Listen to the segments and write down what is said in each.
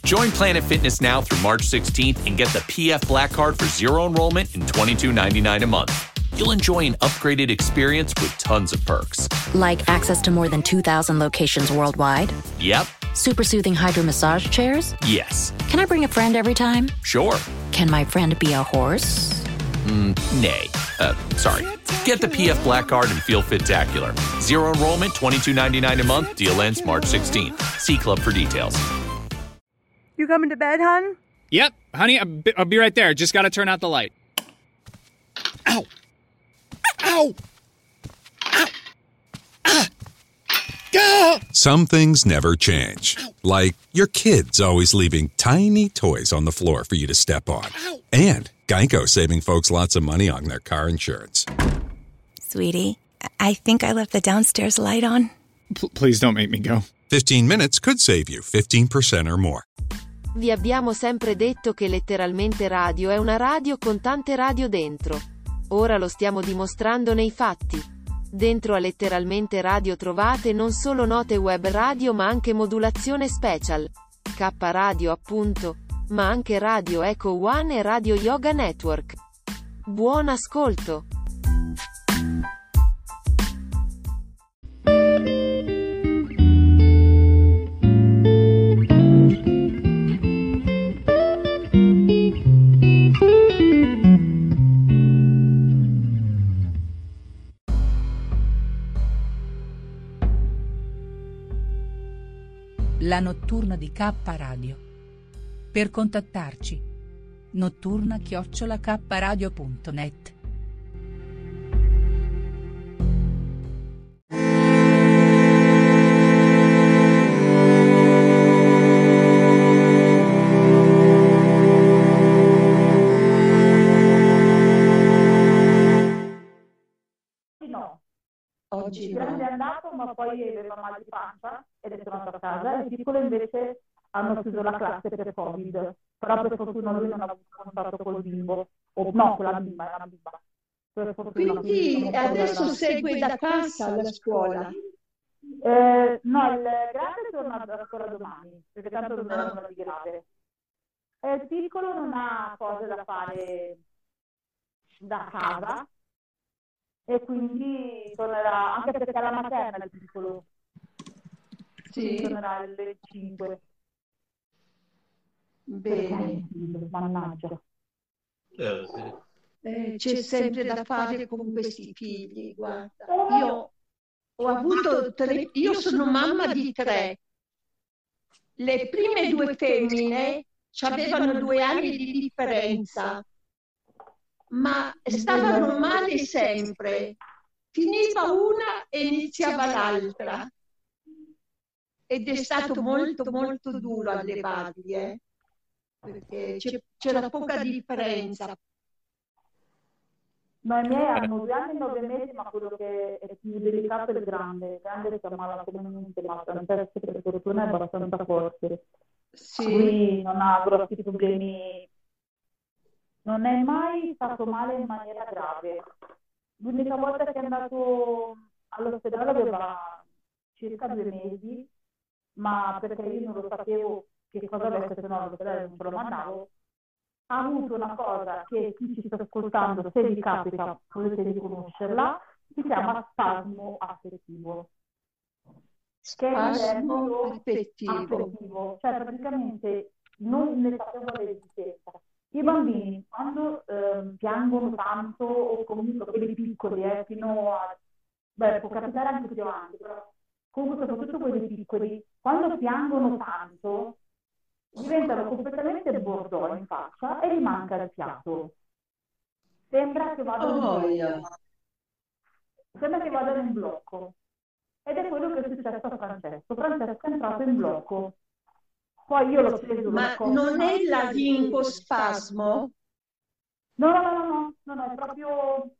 Join Planet Fitness now through March 16th and get the PF Black Card for zero enrollment and $22.99 a month. You'll enjoy an upgraded experience with tons of perks. Like access to more than 2,000 locations worldwide? Yep. Super soothing hydro massage chairs? Yes. Can I bring a friend every time? Sure. Can my friend be a horse? Nay. Sorry. Get the PF Black Card and feel fit-tacular. Zero enrollment, $22.99 a month. Deal ends March 16th. See Club for details. You coming to bed, hon? Yep, honey, I'll be right there. Just gotta turn out the light. Ow! Ow! Ow! Ah! Gah! Some things never change. Like your kids always leaving tiny toys on the floor for you to step on. And Geico saving folks lots of money on their car insurance. Sweetie, I think I left the downstairs light on. Please don't make me go. 15 minutes could save you 15% or more. Vi abbiamo sempre detto che Letteralmente Radio è una radio con tante radio dentro. Ora lo stiamo dimostrando nei fatti. Dentro a Letteralmente Radio trovate non solo note web radio ma anche modulazione special. K Radio appunto, ma anche Radio Echo One e Radio Yoga Network. Buon ascolto! La notturna di K Radio. Per contattarci: notturna@kradio.net. No. Oggi il grande è andato, ma poi aveva mal di pancia ed è tornato a casa. Il piccolo invece hanno chiuso la classe per Covid, però per fortuna lui non ha avuto contatto col bimbo, o no, con la bimba, è una bimba. Quindi adesso segue da casa la scuola? No, il grande torna a scuola domani, perché tanto non era nulla di grave. Il piccolo non ha cose da fare da casa, e quindi tornerà, anche perché è la materna il piccolo, sì, tornerà alle 5. Bene. Mannaggia. C'è sempre da fare con questi figli, guarda. Io ho avuto io sono mamma di 3. Le prime 2 femmine avevano 2 anni di differenza, ma stavano male sempre. Finiva una e iniziava l'altra. Ed è stato molto molto duro allevarli, perché c'era poca differenza. No, i miei hanno 2 anni e 9 mesi, ma quello che è più delicato è il grande. Il grande si ammala comunemente, ma per fortuna è abbastanza forte. Sì. Lui non ha grossi problemi. Non è mai stato male in maniera grave. L'unica volta che è andato all'ospedale aveva circa 2 mesi, ma perché io non lo sapevo che cosa avesse, se no all'ospedale non ce lo mandavo. Ha avuto una cosa che chi ci sta ascoltando, se vi capita, potete riconoscerla, si chiama spasmo affettivo. Spasmo affettivo. Cioè praticamente non ne sapevo l'esistenza. I bambini quando piangono tanto, o comunque quelli piccoli, fino a... Beh, può capitare anche più avanti, però comunque soprattutto quelli piccoli, quando piangono tanto, diventano completamente bordò in faccia e gli manca il fiato. Sembra che vadano in blocco. Ed è quello che è successo a Francesco. Francesco è entrato in blocco. Poi io l'ho preso. Ma non è la linfospasmo? No, è proprio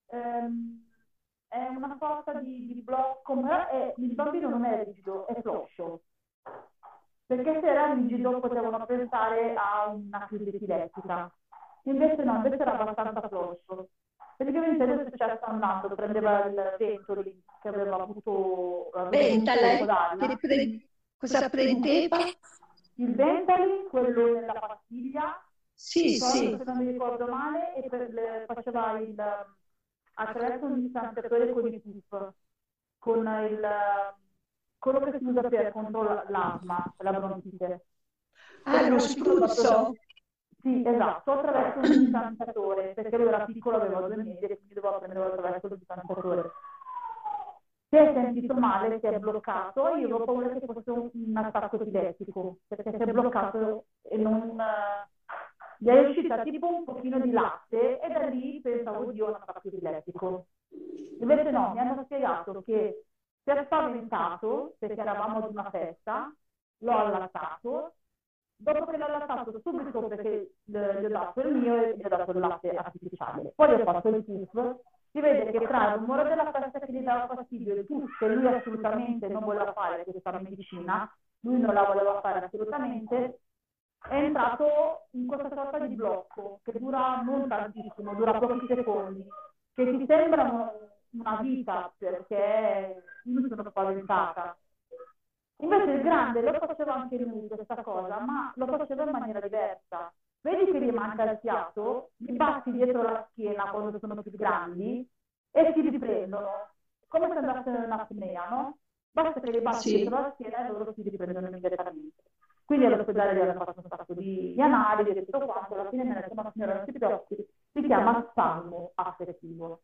è una sorta di blocco, ma il bambino non è rigido, è floscio. Perché se era rigido potevano pensare a una crisi epilettica. Invece no, invece era abbastanza floscio. Praticamente è successo andando, prendeva il Ventolin che aveva avuto... Cosa prendeva? il Ventolin, quello nella pastiglia, Sì, se non mi ricordo male, e faceva attraverso un distanziatore con i puff, con quello che si usa per contro l'asma, la bronchite. lo spruzzo. Sì, esatto, attraverso un distanziatore, perché lui era piccolo, aveva 2 mesi, e quindi dovevo prendere attraverso il distanziatore. Si è sentito male, si è bloccato, io avevo paura che fosse un attacco epilettico, perché si è bloccato e non... gli è uscita tipo un pochino di latte e da lì pensavo, oddio, un attacco epilettico. Invece no, mi hanno spiegato che si è spaventato, perché eravamo ad una festa, l'ho allattato, dopo che l'ho allattato subito, perché gli ho dato il mio e gli ho dato il latte artificiale. Poi ho fatto il puff. Si vede che tra il rumore della festa che gli dava fastidio e il puff che lui assolutamente non voleva fare questa medicina, lui non la voleva fare assolutamente, è entrato in questa sorta di blocco che dura non tantissimo, dura pochi secondi, che ti sembrano una vita, perché io mi sono spaventata. Invece il grande lo faceva anche lui questa cosa, ma lo faceva in maniera diversa. Vedi che gli manca il fiato, gli batti dietro la schiena quando sono più grandi e si riprendono, come se andasse in un'apnea, no? Basta che gli batti dietro la schiena e loro si riprendono immediatamente. Quindi all'ospedale gli hanno fatto un sacco di analisi e tutto quanto, alla fine mi ha detto, ma signora, non si preoccupi, si chiama spasmo affettivo.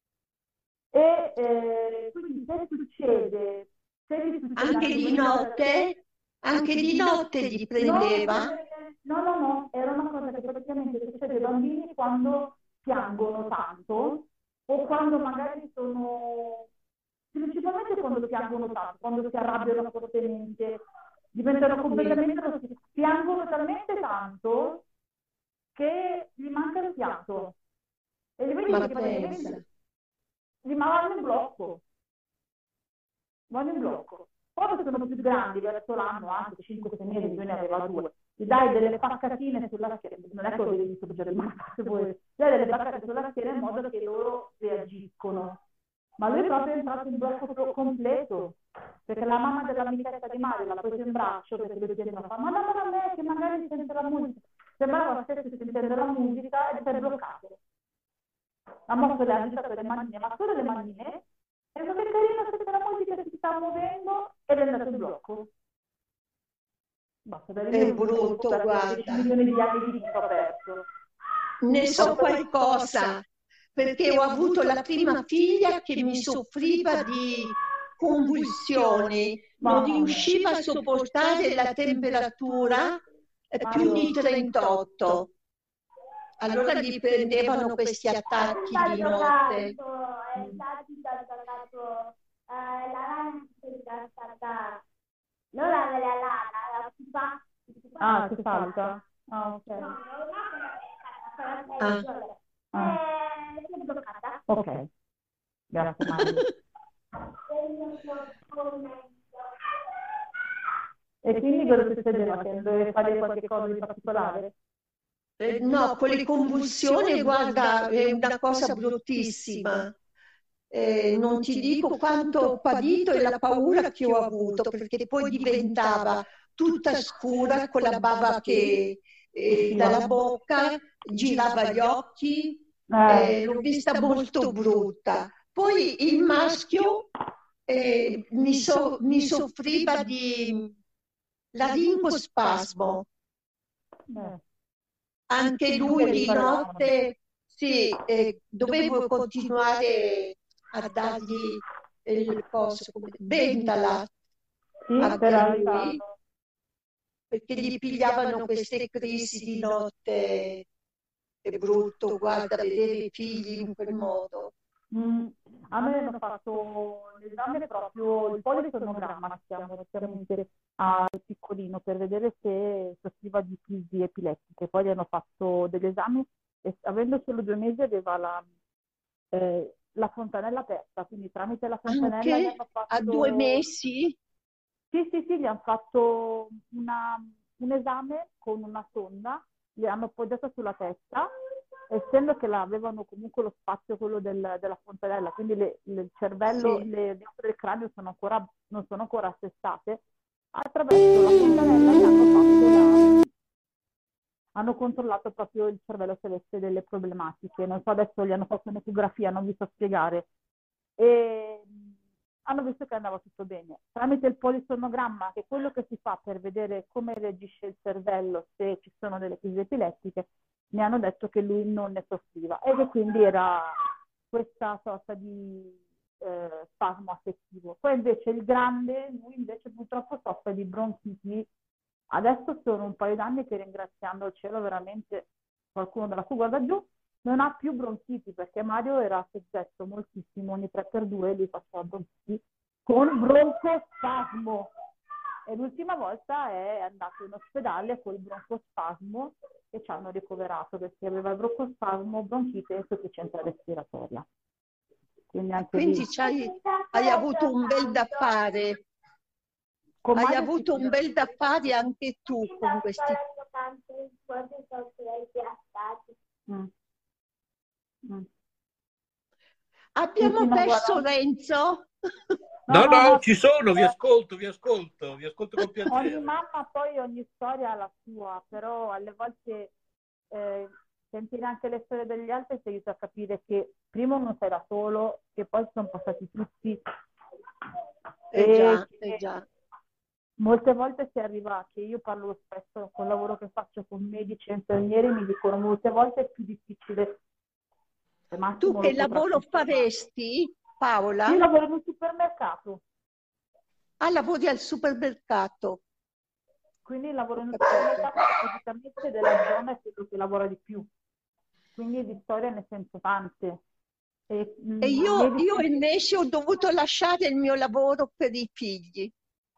E quindi se succede... Anche di notte gli prendeva? No, era una cosa che praticamente succede ai bambini quando piangono tanto o quando magari principalmente quando piangono tanto, quando si arrabbiano fortemente, diventano completamente, piangono talmente tanto che gli manca il fiato e li vedi che praticamente vanno in blocco. Poi sono più grandi, verso l'anno, anche 5-6 mesi, lui ne aveva 2. Gli dai delle paccatine sulla schiena, non è che lo devi distruggere il mare, gli dai delle paccatine sulla schiena in modo che loro reagiscono. Ma lui è proprio entrato in blocco completo, perché la mamma dell'amichetta di Mario l'ha preso in braccio, perché lui chiedeva, ma dammela a me che magari sente la musica. Sembrava stesse sentendo la musica e si è bloccato. Ha mosso le agitato le manine, ma solo le manine. E che carino, sente la musica che si sta muovendo ed è andato in blocco. Basta, è brutto, guarda. Milioni di anni di vita ho perso. Ne so qualcosa, perché ho avuto la prima figlia che mi soffriva di convulsioni, non riusciva a sopportare la temperatura più di 38. Allora gli prendevano questi attacchi di notte. Non la lana, la pupa. Ah, si salta. Ah, ok. Si è bloccata. Ok. Grazie Mario. E quindi cosa succedeva? Che dovevi fare qualche cosa di particolare? No, con le convulsioni, guarda, è una cosa bruttissima. Non ti dico quanto ho patito e la paura che ho avuto, perché poi diventava tutta scura con la bava che dalla bocca, girava gli occhi, l'ho vista molto brutta. Poi il maschio mi soffriva di laringospasmo. Anche lui di notte, sì, dovevo continuare a dargli il coso, Bentalà, perché gli pigliavano queste crisi di notte. È brutto, guarda, vedere i figli in quel modo. A me hanno fatto l'esame proprio, il polisonogramma, siamo al piccolino, per vedere se soffriva di crisi epilettiche. Poi gli hanno fatto degli esami e avendo solo 2 mesi aveva la fontanella aperta, quindi tramite la fontanella gli hanno fatto... A 2 mesi? Sì, gli hanno fatto un esame con una sonda, gli hanno appoggiato sulla testa, essendo che avevano comunque lo spazio quello della fontanella, quindi il cervello, le ossa del cranio non sono ancora assestate, attraverso la fontanella gli hanno controllato proprio il cervello se avesse delle problematiche. Non so, adesso gli hanno fatto un'ecografia, non vi so spiegare. E hanno visto che andava tutto bene. Tramite il polisomnogramma, che è quello che si fa per vedere come reagisce il cervello se ci sono delle crisi epilettiche, mi hanno detto che lui non ne soffriva e che quindi era questa sorta di spasmo affettivo. Poi invece il grande, lui invece purtroppo soffre di bronchiti. Adesso sono un paio d'anni che, ringraziando il cielo veramente, qualcuno da lassù guarda giù, non ha più bronchiti, perché Mario era soggetto moltissimo, ogni 3x2 lui faceva bronchiti con broncospasmo. E l'ultima volta è andato in ospedale con il broncospasmo e ci hanno ricoverato perché aveva il broncospasmo, bronchite e insufficienza respiratoria. Quindi anche Quindi lì hai avuto un bel da fare. Hai avuto un bel da fare anche tu con questi. Abbiamo perso Renzo? No, ci sono, vi ascolto con piacere. Ogni mamma poi, ogni storia ha la sua, però alle volte sentire anche le storie degli altri ti aiuta a capire che prima non sei da solo, che poi sono passati tutti. Già. Molte volte si arriva, che io parlo spesso con il lavoro che faccio con medici e infermieri, mi dicono molte volte è più difficile. Tu che lavoro faresti, Paola? Io lavoro in un supermercato. Ah, lavori al supermercato. Quindi lavoro in un supermercato che praticamente della zona è quello che lavora di più. Quindi di storie ne sento tante. E io invece ho dovuto lasciare il mio lavoro per i figli.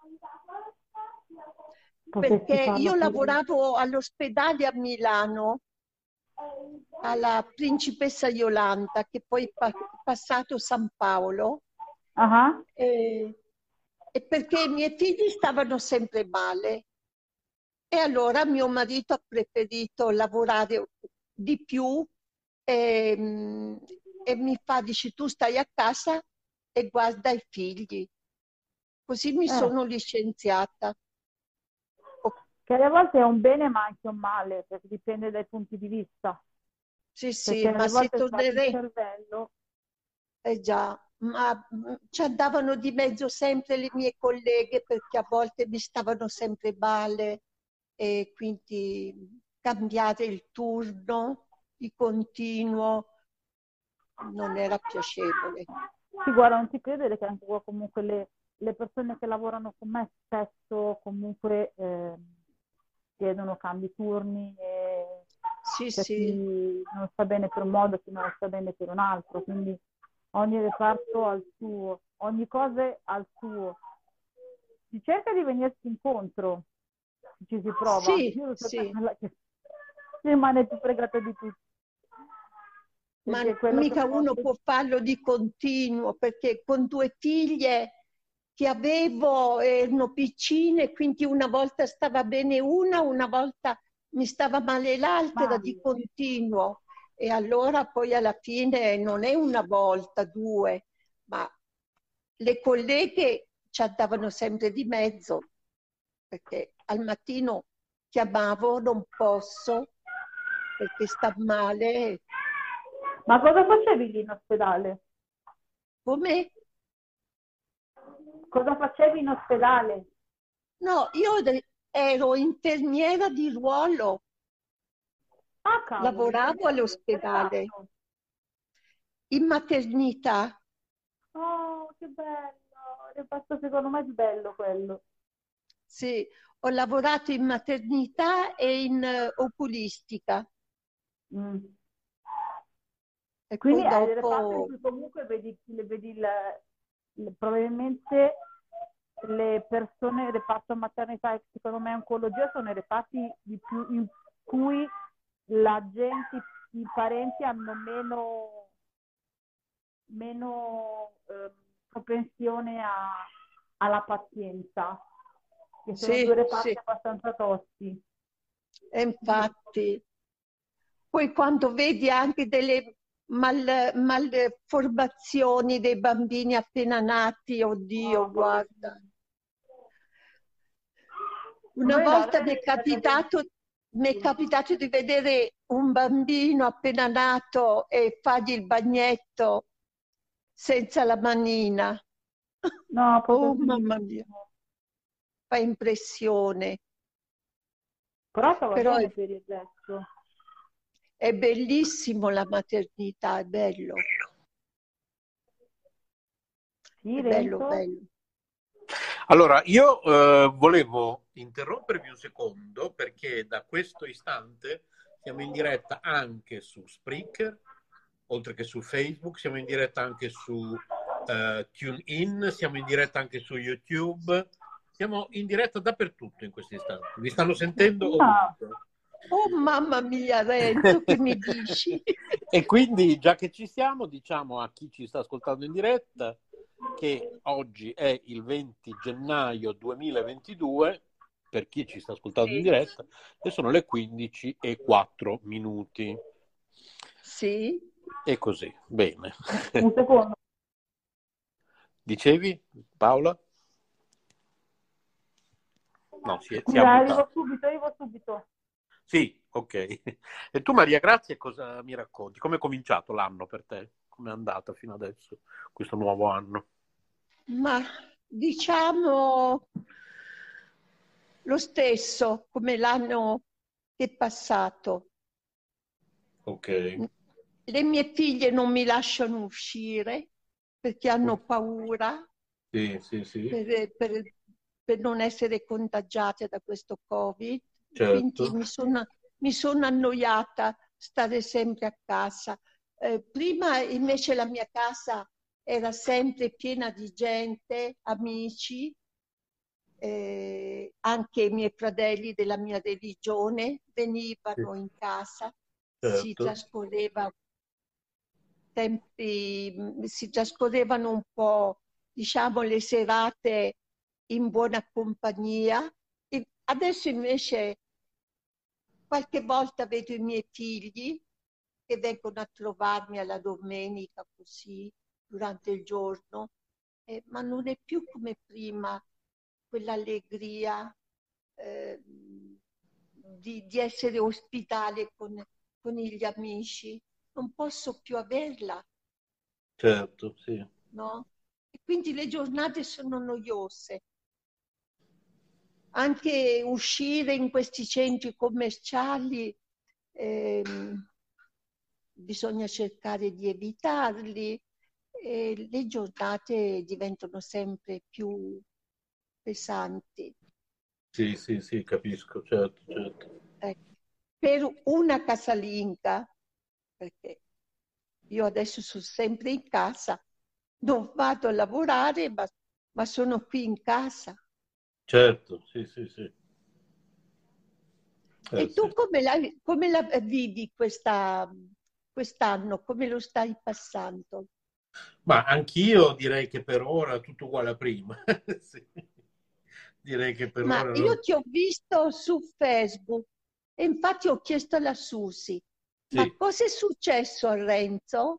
Perché io lavoravo all'ospedale a Milano, alla Principessa Yolanda, che poi è passato San Paolo, e perché i miei figli stavano sempre male. E allora mio marito ha preferito lavorare di più e mi dice, tu stai a casa e guarda i figli. Così mi sono licenziata. Che alle volte è un bene ma anche un male, perché dipende dai punti di vista. Sì, ma se tornerei... il cervello... già, ma ci andavano di mezzo sempre le mie colleghe perché a volte mi stavano sempre male e quindi cambiare il turno di continuo non era piacevole. Sì, guarda, non ti credere che anche comunque le persone che lavorano con me spesso comunque chiedono cambi turni e chi non sta bene per un modo, chi non sta bene per un altro, quindi ogni reparto ha il suo, ogni cosa ha il suo. Si cerca di venirsi incontro, ci si prova. Io lo so che rimane più fregato di tutti. Ma mica uno può farlo di continuo, perché con 2 figlie che avevo erano piccine, quindi una volta stava bene una volta mi stava male l'altra di continuo. E allora poi alla fine non è una volta, 2, ma le colleghe ci andavano sempre di mezzo, perché al mattino chiamavo, non posso, perché sta male. Ma cosa facevi lì in ospedale? Come? Cosa facevi in ospedale? No, io ero infermiera di ruolo. Ah, cavolo, lavoravo all'ospedale. In maternità. Oh, che bello! Il reparto secondo me è bello quello. Sì, ho lavorato in maternità e in oculistica. E quindi hai il reparto in cui comunque vedi probabilmente le persone del reparto maternità e secondo me oncologia sono i reparti di più in cui la gente, i parenti hanno meno propensione alla pazienza, che sono 2 reparti abbastanza tosti. E infatti, poi quando vedi anche delle malformazioni dei bambini appena nati, oddio, guarda. Una volta mi è capitato di vedere un bambino appena nato e fargli il bagnetto senza la manina. No, oh mamma mia, fa impressione. Però stava Però bene per il resto. è bellissimo la maternità, è bello. Sì, È bello, Renzo? bello. Allora, io volevo interrompervi un secondo perché da questo istante siamo in diretta anche su Spreaker, oltre che su Facebook, siamo in diretta anche su TuneIn, siamo in diretta anche su YouTube, siamo in diretta dappertutto in questo istante. Vi stanno sentendo ovunque. Oh mamma mia, Renzo, che mi dici? E quindi, già che ci siamo, diciamo a chi ci sta ascoltando in diretta che oggi è il 20 gennaio 2022, per chi ci sta ascoltando in diretta, e sono le 15:04. Sì. E così, bene. Un secondo. Dicevi, Paola? No, Scusa, siamo arrivo subito. Sì, ok. E tu, Maria Grazia, cosa mi racconti? Come è cominciato l'anno per te? Come è andata fino adesso, questo nuovo anno? Ma diciamo lo stesso come l'anno che è passato. Ok. Le mie figlie non mi lasciano uscire perché hanno paura Sì. per non essere contagiate da questo Covid. Certo. Quindi mi sono annoiata stare sempre a casa. Prima invece la mia casa era sempre piena di gente, amici, anche i miei fratelli della mia religione venivano in casa, si trascorrevano un po', diciamo, le serate in buona compagnia. E adesso invece qualche volta vedo i miei figli che vengono a trovarmi alla domenica così, durante il giorno, ma non è più come prima quell'allegria di essere ospitale con gli amici. Non posso più averla. Certo, sì. No? E quindi le giornate sono noiose. Anche uscire in questi centri commerciali bisogna cercare di evitarli e le giornate diventano sempre più pesanti. Sì, capisco, certo. Ecco. Per una casalinga, perché io adesso sono sempre in casa, non vado a lavorare, ma sono qui in casa. Certo, sì. E tu come la vivi quest'anno? Come lo stai passando? Ma anch'io direi che per ora tutto uguale a prima. Sì. Direi che per ora... io ti ho visto su Facebook e infatti ho chiesto alla Susi, ma cosa è successo a Renzo?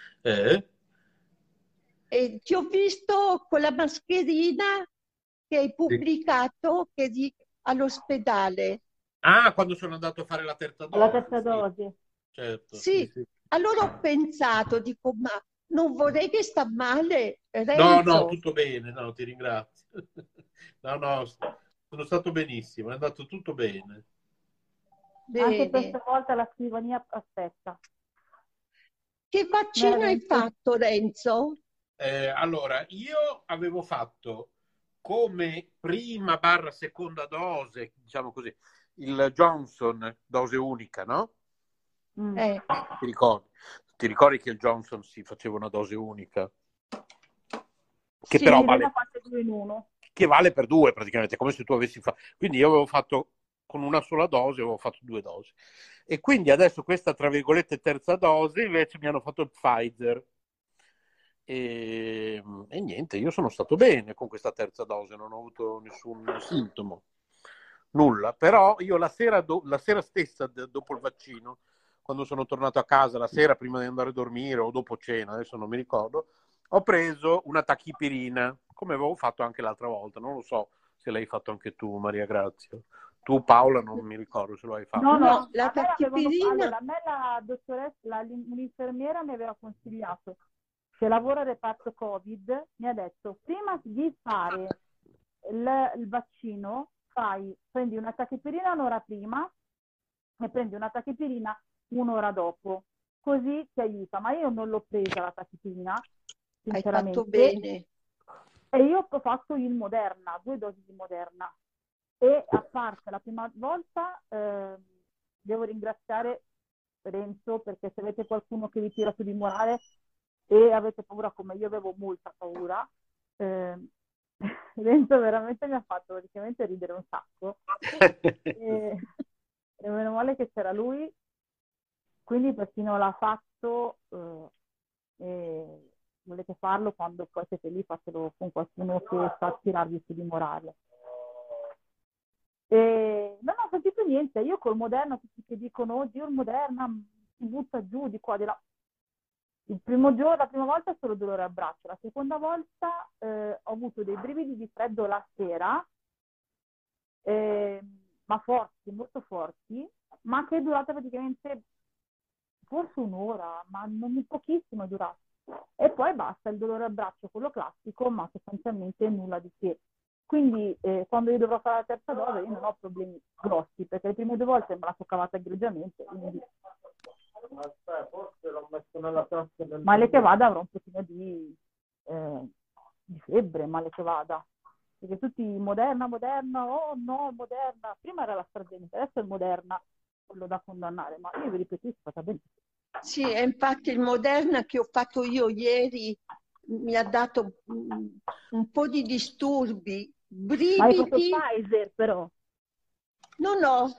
E ti ho visto con la mascherina che hai pubblicato che all'ospedale. Ah, quando sono andato a fare la terza dose. La terza dose. Certo. Sì. Allora ho pensato, dico, ma non vorrei che sta male Renzo. No, tutto bene, no, ti ringrazio. No, sono stato benissimo, è andato tutto bene. Anche questa volta la scrivania aspetta. Che vaccino hai fatto, Renzo? Allora, io avevo fatto come prima / seconda dose, diciamo così, il Johnson, dose unica, no? Ti ricordi che il Johnson si faceva una dose unica? Che però vale, che vale per 2 praticamente, come se tu avessi fatto. Quindi io avevo fatto con una sola dose, avevo fatto 2 dosi. E quindi adesso questa, tra virgolette, terza dose, invece mi hanno fatto il Pfizer. E niente, io sono stato bene con questa terza dose, non ho avuto nessun sintomo, nulla. Però io la sera stessa dopo il vaccino, quando sono tornato a casa, la sera prima di andare a dormire o dopo cena, adesso non mi ricordo, ho preso una tachipirina, come avevo fatto anche l'altra volta. Non lo so se l'hai fatto anche tu, Maria Grazia. Tu, Paola, non mi ricordo se lo hai fatto. No, la tachipirina. allora, a me la dottoressa, un'infermiera mi aveva consigliato, che lavora al reparto Covid, mi ha detto, prima di fare il vaccino, prendi una tachipirina un'ora prima e prendi una tachipirina un'ora dopo, così ti aiuta. Ma io non l'ho presa la tachipirina, sinceramente. Hai fatto bene. E io ho fatto il Moderna, 2 dosi di Moderna. E a parte la prima volta, devo ringraziare Renzo, perché se avete qualcuno che vi tira su di morale e avete paura come io avevo molta paura, Renzo veramente mi ha fatto praticamente ridere un sacco. E meno male che c'era lui, quindi persino l'ha fatto. E volete farlo, quando poi siete lì, fatelo con qualcuno che sa tirarvi su di morale. E non ho sentito niente. Io col Moderna, tutti che dicono oddio il Moderna si butta giù di qua di là. Il primo giorno, la prima volta solo dolore al braccio, la seconda volta ho avuto dei brividi di freddo la sera, ma forti, molto forti, ma che è durata praticamente forse un'ora, ma non pochissimo è durato. E poi basta, il dolore al braccio, quello classico, ma sostanzialmente nulla di che. Quindi quando io dovrò fare la terza dose io non ho problemi grossi, perché le prime 2 volte me la sono cavata egregiamente, quindi... Forse l'ho messo nella tasca del... Male che vada avrò un pochino di febbre, male che vada. Perché tutti Moderna, oh no, Moderna. Prima era l'AstraZeneca, adesso è il Moderna, quello da condannare. Ma io vi ripeto, è stata bene. Sì, e infatti il Moderna che ho fatto io ieri mi ha dato un po' di disturbi, brividi. Ma hai fatto Pfizer però? No.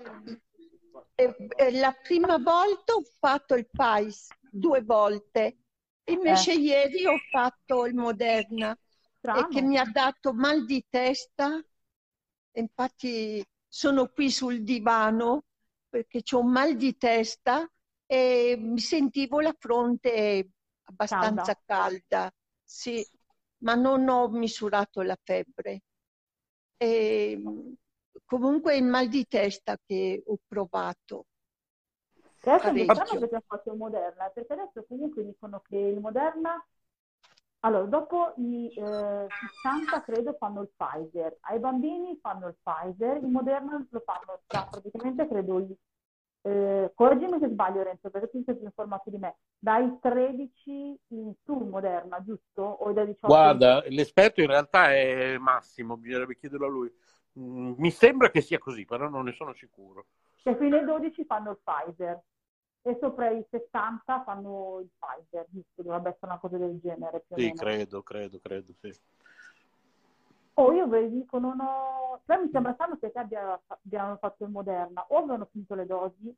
La prima volta ho fatto il Pfizer 2 volte, invece ieri ho fatto il Moderna. Strano. E che mi ha dato mal di testa. Infatti sono qui sul divano perché ho un mal di testa e mi sentivo la fronte abbastanza calda. Sì, ma non ho misurato la febbre. E comunque il mal di testa che ho provato. Adesso mi sanno che ti ha fatto il Moderna, perché adesso comunque dicono che il Moderna, allora dopo i 60 credo fanno il Pfizer, ai bambini fanno il Pfizer, il Moderna lo fanno praticamente credo correggimi se sbaglio Renzo, perché tu sei più informato di me, dai 13 in su Moderna, giusto? O dai 18? Guarda, l'esperto in realtà è Massimo, bisognerebbe chiederlo a lui. Mi sembra che sia così, però non ne sono sicuro. Che fino ai 12 fanno il Pfizer e sopra i 60 fanno il Pfizer, giusto? Dovrebbe essere una cosa del genere più o meno. Credo, sì. Oh, io ve dico, non ho... Cioè, mi sembra strano che te abbiano fatto il Moderna, o avevano finito le dosi,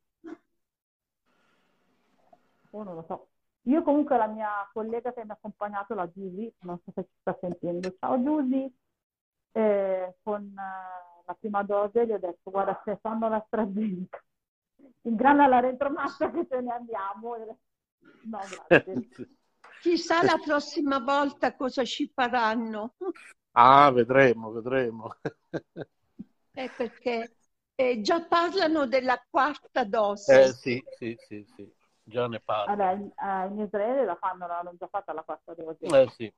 o non lo so. Io comunque la mia collega che mi ha accompagnato, la Giusy, non so se ci sta sentendo, ciao Giusy, con la prima dose gli ho detto, guarda, se fanno l'AstraZeneca, ingrana la retromassa che ce ne andiamo. No, grazie. Chissà la prossima volta cosa ci faranno. Ah, vedremo. Perché già parlano della 4ª dose. Sì, già ne parlo. Vabbè, in Israele l'hanno già fatta la 4ª dose. Sì.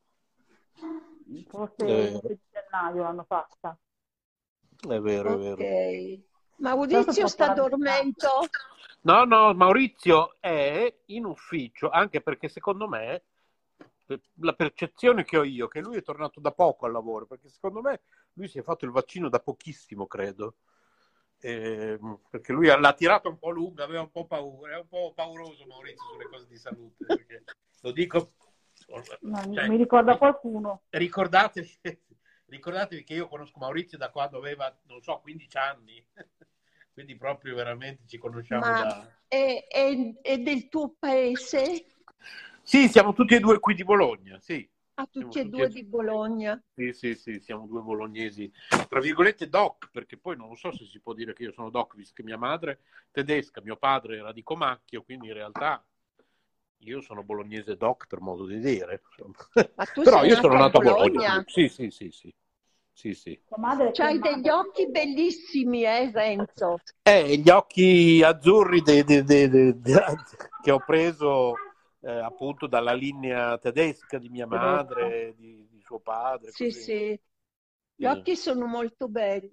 Forse il gennaio l'hanno fatta. È vero, Ok. Maurizio sta dormendo? No, Maurizio è in ufficio, anche perché secondo me la percezione che ho io che lui è tornato da poco al lavoro, perché secondo me lui si è fatto il vaccino da pochissimo, credo. Perché lui l'ha tirato un po' lunga, aveva un po' paura, è un po' pauroso Maurizio sulle cose di salute, perché lo dico, mi ricorda qualcuno. Ricordatevi che io conosco Maurizio da quando aveva, non so, 15 anni, quindi proprio veramente ci conosciamo da... È del tuo paese? Sì, siamo tutti e due qui di Bologna, sì. Tutti e due di Bologna. Sì, siamo 2 bolognesi, tra virgolette doc, perché poi non so se si può dire che io sono doc, visto che mia madre è tedesca, mio padre era di Comacchio, quindi in realtà io sono bolognese doc per modo di dire. Ma tu però sei io sono nato a Bologna? Bologna. Sì. Sì. Tua madre C'hai degli occhi bellissimi, Renzo. Gli occhi azzurri che ho preso appunto dalla linea tedesca di mia madre, di suo padre. Sì, così. sì. Gli occhi sono molto belli.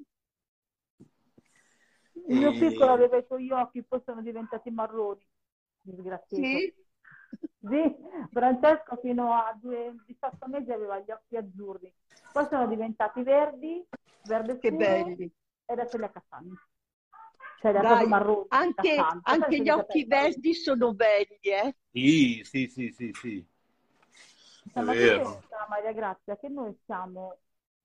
Il mio piccolo aveva i suoi occhi, poi sono diventati marroni. Disgraziato. Sì, Francesco fino a 18 mesi aveva gli occhi azzurri, poi sono diventati verde che scuro, belli. e adesso li ha castani. Cioè, proprio marroni, anche gli occhi verdi sono belli, Sì. È vero. Pensa, Maria Grazia, che noi siamo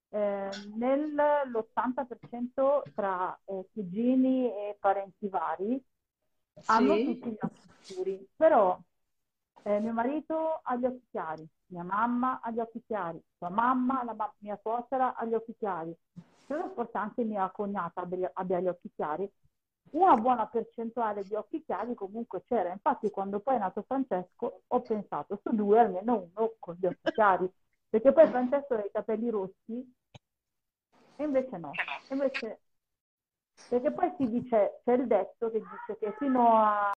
nell'80% tra cugini e parenti vari, hanno tutti gli occhi scuri, però mio marito ha gli occhi chiari, mia mamma ha gli occhi chiari, sua mamma, mia suocera ha gli occhi chiari, credo forse anche mia cognata abbia gli occhi chiari. Una buona percentuale di occhi chiari comunque c'era, infatti quando poi è nato Francesco ho pensato su 2 almeno uno con gli occhi chiari, perché poi Francesco ha i capelli rossi e invece no, perché poi si dice, c'è il detto che dice che fino a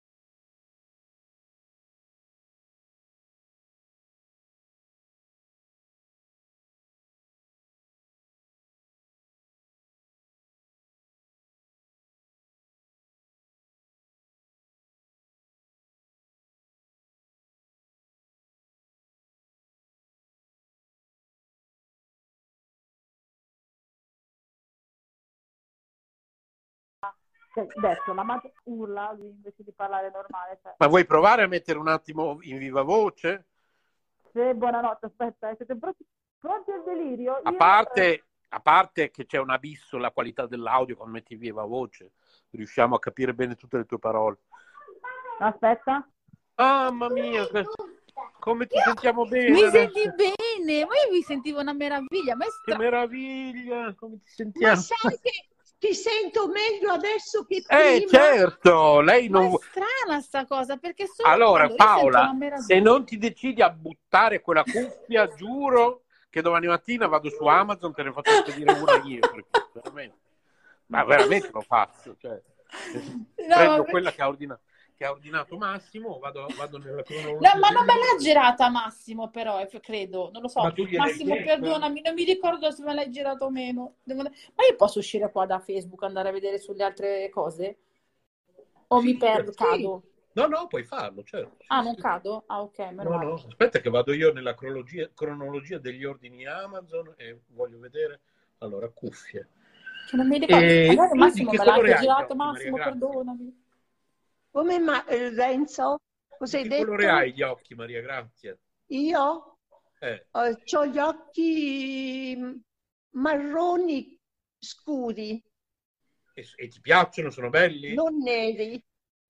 detto, la madre urla invece di parlare normale. Cioè. Ma vuoi provare a mettere un attimo in viva voce? Sì, buonanotte, aspetta, siete pronti al delirio? A parte che c'è un abisso sulla qualità dell'audio quando metti in viva voce, riusciamo a capire bene tutte le tue parole. Aspetta. Mamma mia, come ti sentiamo bene? Mi adesso? senti bene? Ma io mi sentivo una meraviglia. Che meraviglia, come ti sentiamo? Ma sai che ti sento meglio adesso che prima. Certo, lei non... Ma è strana sta cosa, perché solo Allora, Paola, una se non ti decidi a buttare quella cuffia, giuro che domani mattina vado su Amazon, te ne faccio spedire una io, perché veramente lo faccio. Cioè, prendo quella che ha ordinato Massimo, vado nella cronologia. No, ma non me l'ha girata Massimo, però, credo, non lo so. Massimo, perdonami, non mi ricordo se me l'hai girato o meno. Ma io posso uscire qua da Facebook, andare a vedere sulle altre cose? O mi perdo, cado? No, puoi farlo, certo. Non cado? Ok, meno male. No, aspetta che vado io nella cronologia degli ordini Amazon e voglio vedere, allora, cuffie. Che non mi ricordo, magari Massimo me l'ha anche girato, Massimo, perdonami. Come Renzo? Cosa hai detto? Che colore hai gli occhi, Maria Grazia? Io? Ho gli occhi marroni scuri. E ti piacciono? Sono belli? Non neri.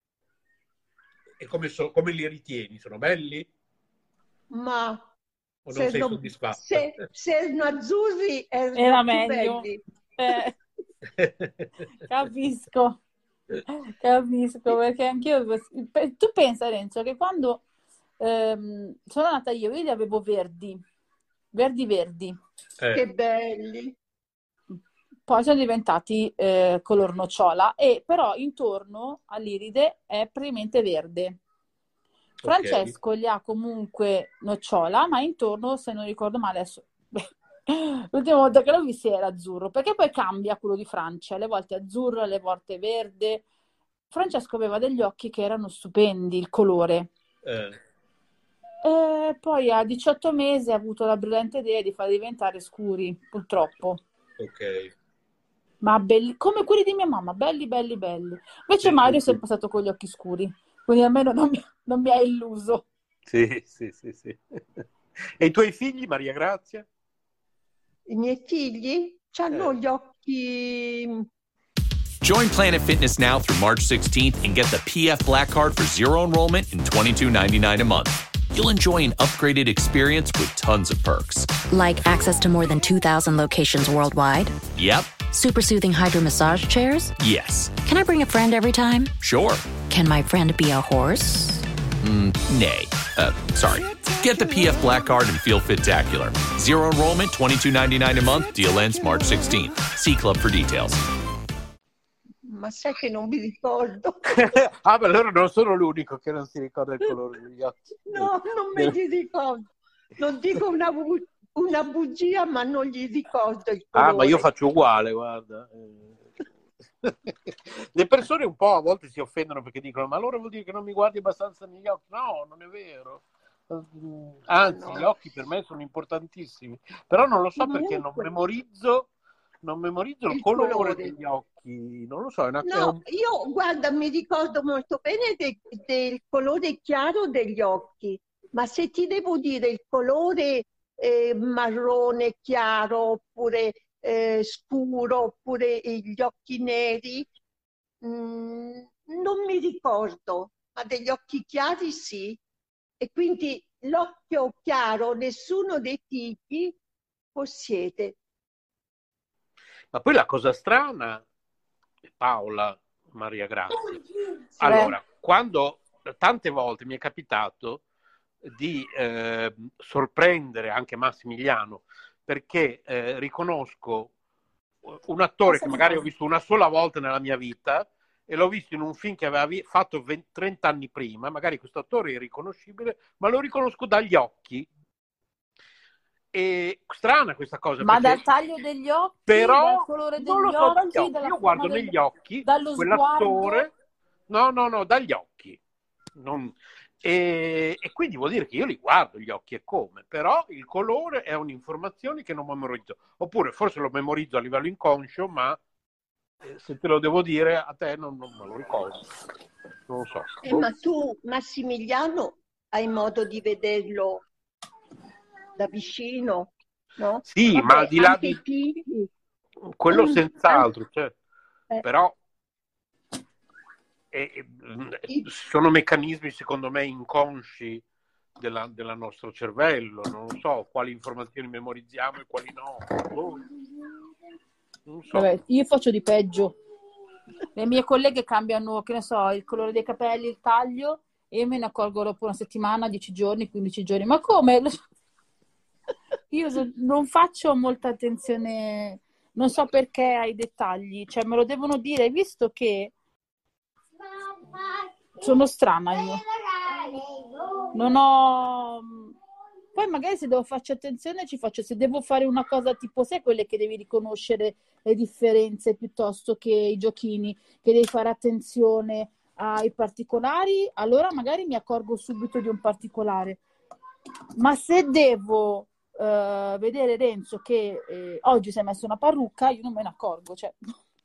E come li ritieni? Sono belli? Ma o non sei soddisfatta? Se erano azzurri era meglio. Capisco, perché anch'io. Tu pensa, Renzo, che quando sono nata io li avevo verdi. Che belli. Poi sono diventati color nocciola, e però intorno all'iride è praticamente verde. Francesco li ha comunque nocciola, ma intorno, se non ricordo male, adesso l'ultima volta che l'ho visto era azzurro, perché poi cambia quello di Francia, alle volte azzurro, alle volte verde. Francesco aveva degli occhi che erano stupendi, il colore. E poi a 18 mesi ha avuto la brillante idea di farli diventare scuri, purtroppo. Ok. Ma belli, come quelli di mia mamma, belli. Invece Mario è sempre stato con gli occhi scuri, quindi almeno non mi ha illuso. Sì. E i tuoi figli, Maria Grazia? I miei figli hanno gli occhi... Join Planet Fitness now through March 16th and get the PF Black Card for zero enrollment and $22.99 a month. You'll enjoy an upgraded experience with tons of perks. Like access to more than 2,000 locations worldwide? Yep. Super soothing hydro massage chairs? Yes. Can I bring a friend every time? Sure. Can my friend be a horse? Nay. Sorry. Get the PF Black Card and feel fit-tacular. Zero enrollment, $22.99 a month. Deal ends March 16th. See Club for details. Ma sai che non mi ricordo. Ah, ma allora non sono l'unico che non si ricorda il colore degli occhi. No, non me li ricordo. Non dico una bugia, ma non gli ricordo il colore. Ah, ma io faccio uguale, guarda. Le persone un po' a volte si offendono perché dicono: ma allora vuol dire che non mi guardi abbastanza negli occhi? No, non è vero. Anzi, no. Gli occhi per me sono importantissimi, però non lo so perché non memorizzo il colore degli occhi, non lo so. No, io guarda, mi ricordo molto bene del colore chiaro degli occhi, ma se ti devo dire il colore marrone chiaro oppure scuro oppure gli occhi neri, non mi ricordo, ma degli occhi chiari sì. E quindi l'occhio chiaro nessuno dei tipi possiede. Ma poi la cosa strana, Paola, Maria Grazia, allora, quando tante volte mi è capitato di sorprendere anche Massimiliano, perché riconosco un attore che magari ho visto una sola volta nella mia vita e l'ho visto in un film che aveva fatto 30 anni prima, magari questo attore è irriconoscibile, ma lo riconosco dagli occhi. E strana questa cosa. Ma dal taglio degli occhi, però, dal colore degli non lo so, occhi, io guardo negli occhi dallo quell'attore. No, dagli occhi. E quindi vuol dire che io li guardo gli occhi e come, però il colore è un'informazione che non memorizzo. Oppure forse lo memorizzo a livello inconscio, ma se te lo devo dire a te non me lo ricordo. Non lo so. Ma tu, Massimiliano, hai modo di vederlo da vicino, no? Sì, vabbè, ma al di là di quello senz'altro, cioè, però sono meccanismi secondo me inconsci del nostro cervello, non so quali informazioni memorizziamo e quali no. Non so. Vabbè, io faccio di peggio. Le mie colleghe cambiano, che ne so, il colore dei capelli, il taglio, e io me ne accorgo dopo una settimana, 10 giorni, 15 giorni. Ma come? Io non faccio molta attenzione, non so perché ai dettagli, cioè me lo devono dire, visto che sono strana io. Non ho... Poi magari se devo farci attenzione ci faccio, se devo fare una cosa tipo, sai quelle che devi riconoscere le differenze piuttosto che i giochini, che devi fare attenzione ai particolari, allora magari mi accorgo subito di un particolare. Ma se devo vedere Renzo che oggi si è messo una parrucca, io non me ne accorgo, cioè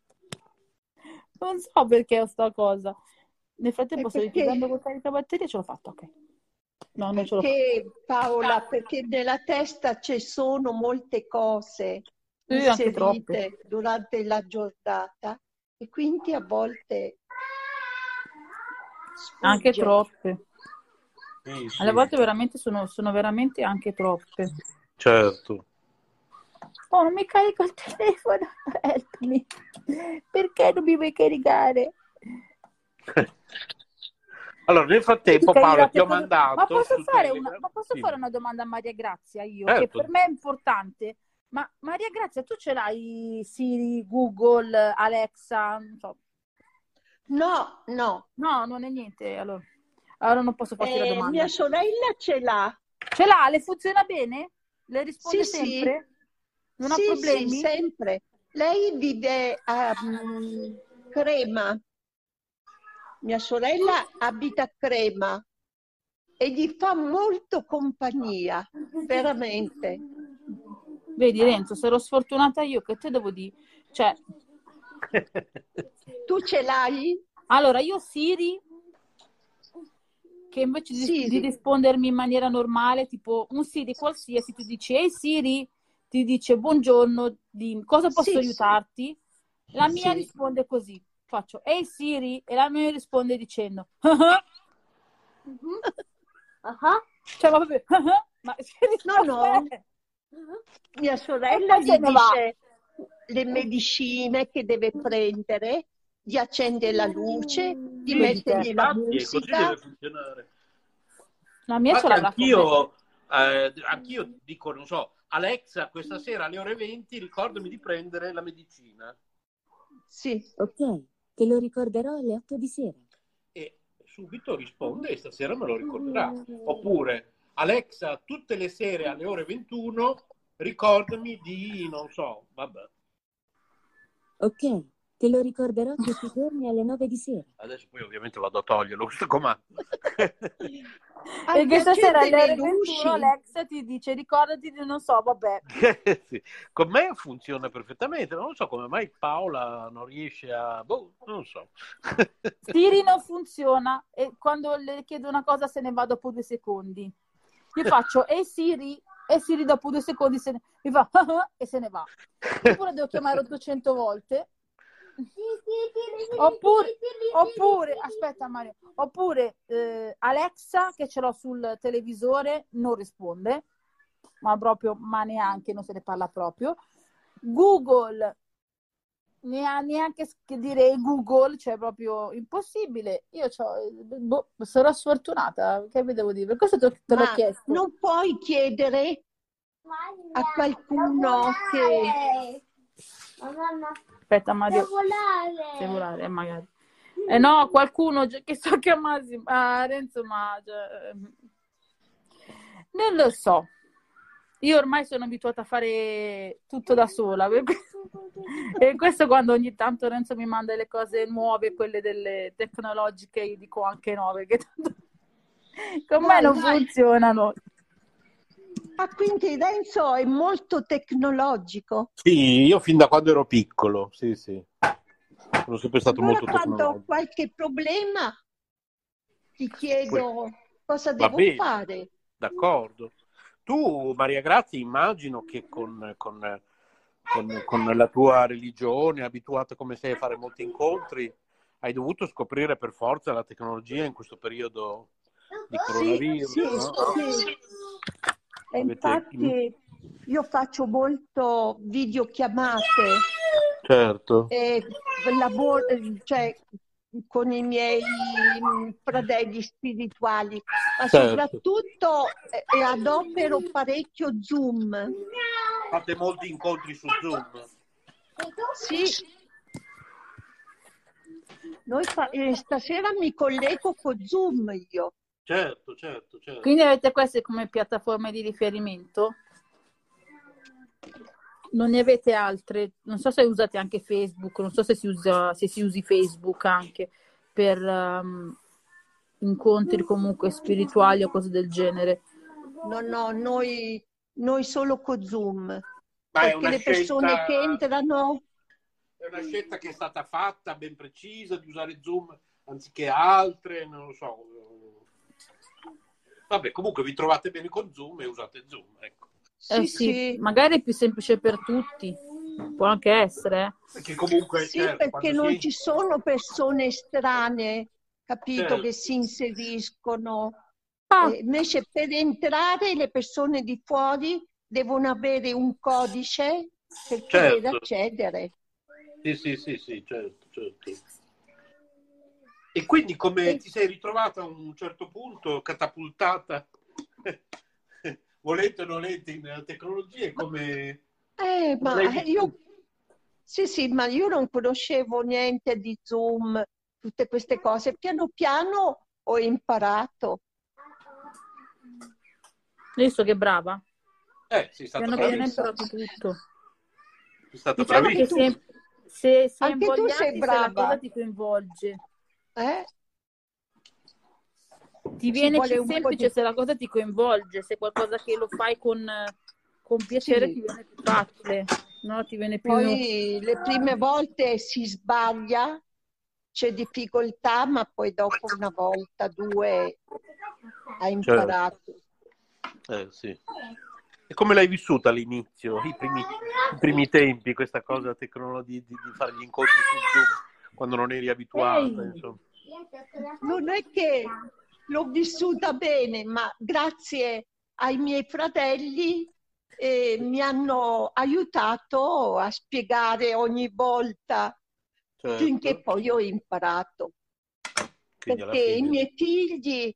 non so perché ho sta cosa. Nel frattempo sto richiedendo col caricabatterie, ce l'ho fatta, ok. No, non ce l'ho fatta. Paola, perché nella testa ci sono molte cose anche troppe durante la giornata e quindi a volte sfugge. Anche troppe. Sì. Alle volte veramente sono veramente anche troppe. Certo. Oh, non mi carico il telefono, help me. Perché non mi vuoi caricare? Allora, nel frattempo, Paola, ti ho mandato. Ma posso fare una domanda a Maria Grazia io? Certo. Che per me è importante. Ma Maria Grazia, tu ce l'hai Siri, Google, Alexa? Non so. No. No, non è niente. Allora non posso farti la domanda. Mia sorella ce l'ha. Ce l'ha? Le funziona bene? Le risponde Sì, sempre? Sì. Non ha problemi? Sì, sempre. Lei vive a Crema. Mia sorella abita a Crema e gli fa molto compagnia, veramente. Vedi Renzo, se ero sfortunata io, che te devo dire? Cioè... Tu ce l'hai? Allora, io Siri, che invece di rispondermi in maniera normale, tipo un Siri qualsiasi, tu dici ehi Siri, ti dice buongiorno, cosa posso aiutarti? La mia risponde così, faccio ehi Siri e la mia risponde dicendo cioè, ma proprio, ma no. Mia sorella gli dice le medicine che deve prendere, gli accende la luce, gli mettergli la musica. La mia ce l'avrà anch'io dico, non so, Alexa, questa sera alle ore 20 ricordami di prendere la medicina. Sì. Ok, te lo ricorderò alle 8 di sera. E subito risponde e stasera me lo ricorderà. Oppure, Alexa, tutte le sere alle ore 21 ricordami di, non so, vabbè. Ok, te lo ricorderò tutti i giorni alle 9 di sera. Adesso poi ovviamente vado a toglierlo questo comando. E questa sera alle ore 21 Alexa ti dice ricordati di non so, vabbè. Sì. Con me funziona perfettamente, non so come mai Paola non riesce a... non so. Siri non funziona e quando le chiedo una cosa se ne va dopo 2 secondi. Io faccio e Siri dopo 2 secondi mi fa e se ne va. Oppure devo chiamare 800 volte. Oppure aspetta Mario, oppure Alexa, che ce l'ho sul televisore, non risponde, ma neanche, non se ne parla proprio. Google neanche dire Google, cioè proprio impossibile. Io sarò sfortunata, che vi devo dire? Per questo te l'ho chiesto. Non puoi chiedere a qualcuno che... Aspetta Mario, devo volare magari. No, qualcuno che sto chiamando Renzo, ma non lo so. Io ormai sono abituata a fare tutto da sola. E questo quando ogni tanto Renzo mi manda le cose nuove, quelle delle tecnologiche, io dico anche nuove, che tanto con me non funzionano. Quindi Renzo è molto tecnologico. Sì, io fin da quando ero piccolo, sì. Sono sempre stato molto tecnologico. Quando ho qualche problema ti chiedo cosa devo fare. D'accordo. Tu, Maria Grazia, immagino che con la tua religione, abituata come sei a fare molti incontri, hai dovuto scoprire per forza la tecnologia in questo periodo di coronavirus. Sì. E infatti io faccio molto videochiamate. Certo. E lavoro, cioè, con i miei fratelli spirituali, ma soprattutto adopero parecchio Zoom. Fate molti incontri su Zoom? Sì. Stasera mi collego con Zoom io. Certo. Quindi avete queste come piattaforme di riferimento? Non ne avete altre? Non so se usate anche Facebook, non so se si usi Facebook anche per incontri comunque spirituali o cose del genere. No, noi solo con Zoom. Ma perché le persone che entrano... È una scelta che è stata fatta ben precisa di usare Zoom anziché altre, non lo so. Vabbè, comunque vi trovate bene con Zoom e usate Zoom, ecco. Sì, magari è più semplice per tutti, può anche essere. Perché comunque perché non ci sono persone estranee, capito, che si inseriscono. Invece per entrare le persone di fuori devono avere un codice per poter accedere. Sì, certo. E quindi come ti sei ritrovata a un certo punto catapultata, volente o nolente, in tecnologie come... ma io non conoscevo niente di Zoom, tutte queste cose. Piano piano ho imparato. Visto che brava? Sei stata bravissima. Tutto. Sei stata diciamo bravissima. Che se anche tu sei brava. La cosa ti coinvolge. Ti viene più semplice se la cosa ti coinvolge, se qualcosa che lo fai con piacere ti viene più facile, no? Ti viene più... Poi le prime volte si sbaglia, c'è difficoltà, ma poi dopo una volta, 2 hai imparato. Sì. E come l'hai vissuta all'inizio, i primi tempi, questa cosa di fare gli incontri su Zoom, quando non eri abituata? Insomma. Non è che l'ho vissuta bene, ma grazie ai miei fratelli mi hanno aiutato a spiegare ogni volta, finché poi ho imparato. Quindi perché i miei figli